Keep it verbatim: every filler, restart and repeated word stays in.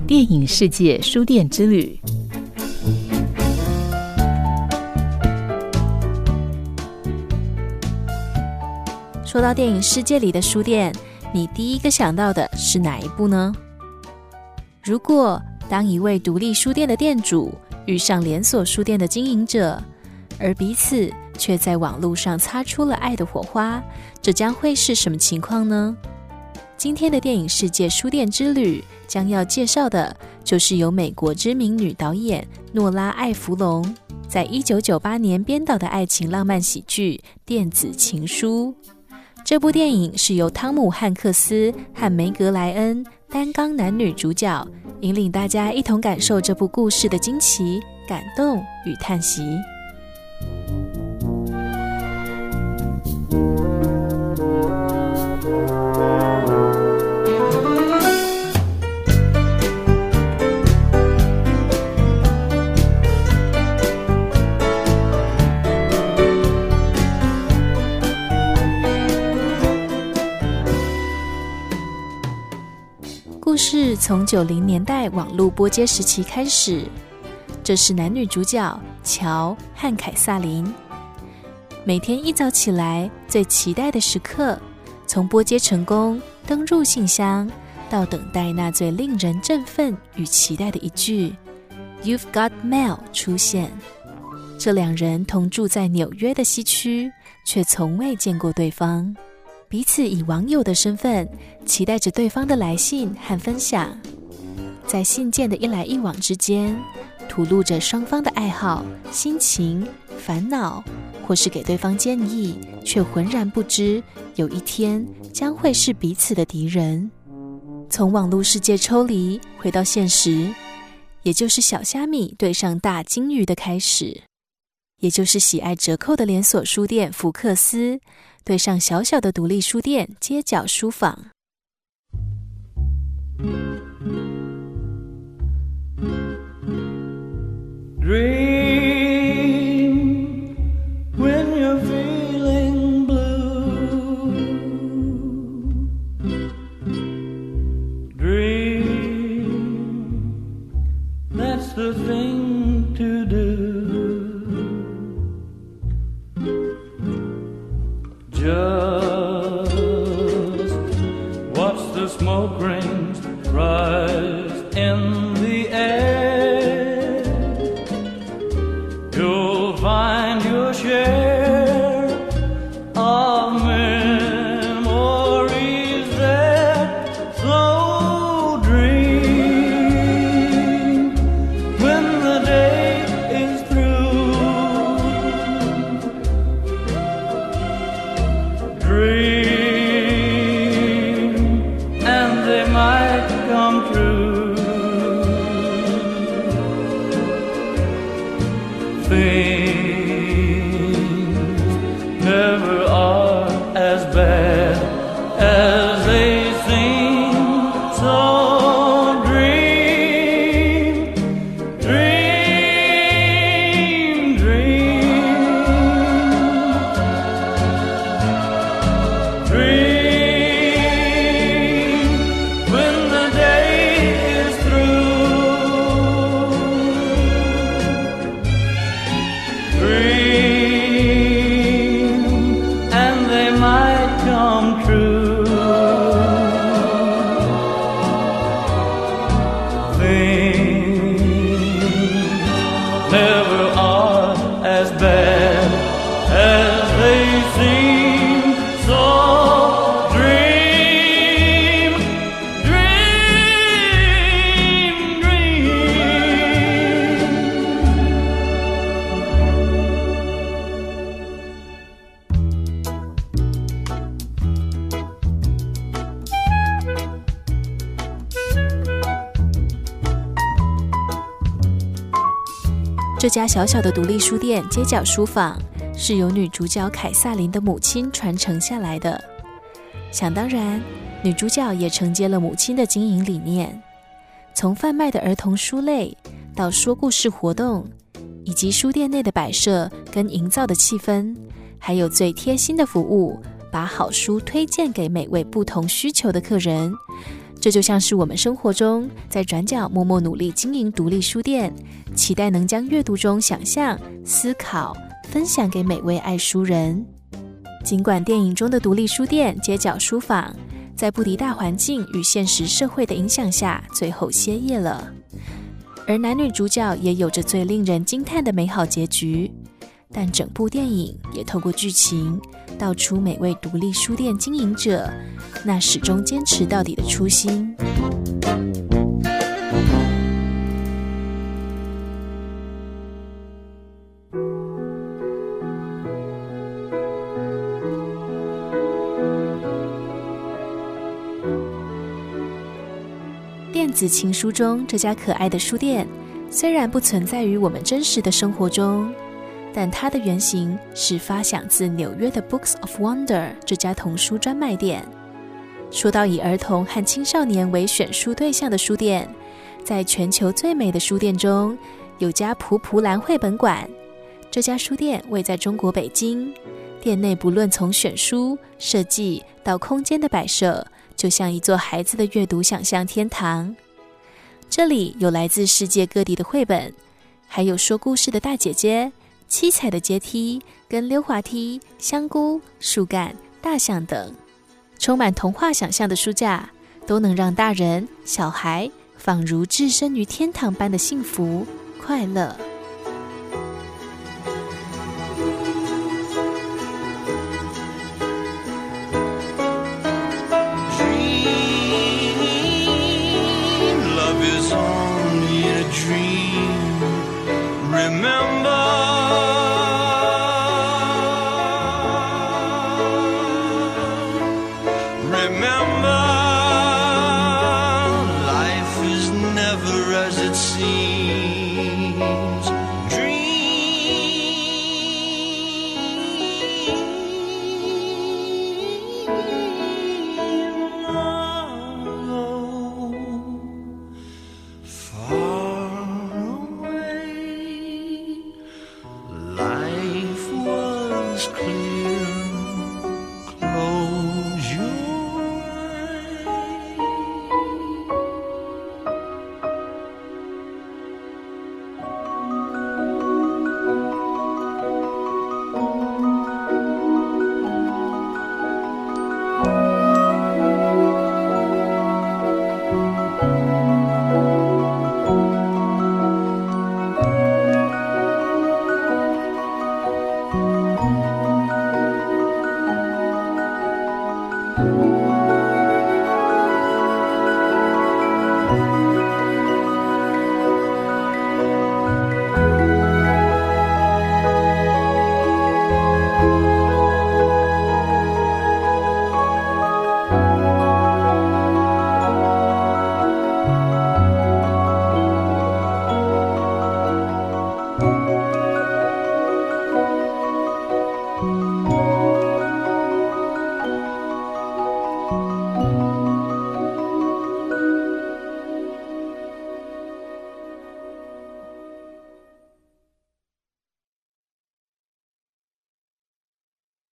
电影世界书店之旅。 说到电影世界里的书店，你第一个想到的是哪一部呢？如果当一位独立书店的店主遇上连锁书店的经营者，而彼此却在网络上擦出了爱的火花，这将会是什么情况呢？今天的电影世界书店之旅将要介绍的就是由美国知名女导演诺拉·艾弗隆在一九九八年编导的爱情浪漫喜剧《电子情书》。这部电影是由汤姆·汉克斯和梅格莱恩担纲男女主角，引领大家一同感受这部故事的惊奇、感动与叹息。故事从九零年代网络播接时期开始，这是男女主角乔和凯撒琳每天一早起来最期待的时刻，从拨接成功、登入信箱，到等待那最令人振奋与期待的一句 You've got mail 出现。这两人同住在纽约的西区，却从未见过对方，彼此以网友的身份期待着对方的来信和分享。在信件的一来一往之间，吐露着双方的爱好、心情、烦恼，或是给对方建议，却浑然不知有一天将会是彼此的敌人。从网络世界抽离回到现实，也就是小虾米对上大金鱼的开始，也就是喜爱折扣的连锁书店福克斯对上小小的独立书店街角书坊。 Dream when you're feeling blue. Dream, that's the thing to do. Just watch the smoke rings rise in the air. You'll find your share of memories there. So dream when the day is through. Dream and they might come true. Things never are as bad as they seem. So dream, dream, dream, dream when the day is through. Dream and they might come true. Things never are as bad as they seem. So dream, dream, dream. 这家小小的独立书店街角书坊是由女主角凯撒琳的母亲传承下来的。想当然，女主角也承接了母亲的经营理念，从贩卖的儿童书类到说故事活动，以及书店内的摆设跟营造的气氛，还有最贴心的服务，把好书推荐给每位不同需求的客人。 这就像是我们生活中在转角默默努力经营独立书店，期待能将阅读中想象、思考分享给每位爱书人。尽管电影中的独立书店街角书坊在不敌大环境与现实社会的影响下最后歇业了，而男女主角也有着最令人惊叹的美好结局，但整部电影也透过剧情道出每位独立书店经营者那始终坚持到底的初心。电子情书中这家可爱的书店虽然不存在于我们真实的生活中，但它的原型是发想自纽约的 Books of Wonder 这家童书专卖店。说到以儿童和青少年为选书对象的书店，在全球最美的书店中有家蒲蒲兰绘本馆。这家书店位在中国北京，店内不论从选书、设计到空间的摆设，就像一座孩子的阅读想象天堂。这里有来自世界各地的绘本，还有说故事的大姐姐、七彩的阶梯跟溜滑梯、香菇、树干、大象等，充满童话想象的书架，都能让大人小孩仿如置身于天堂般的幸福快乐。 Remember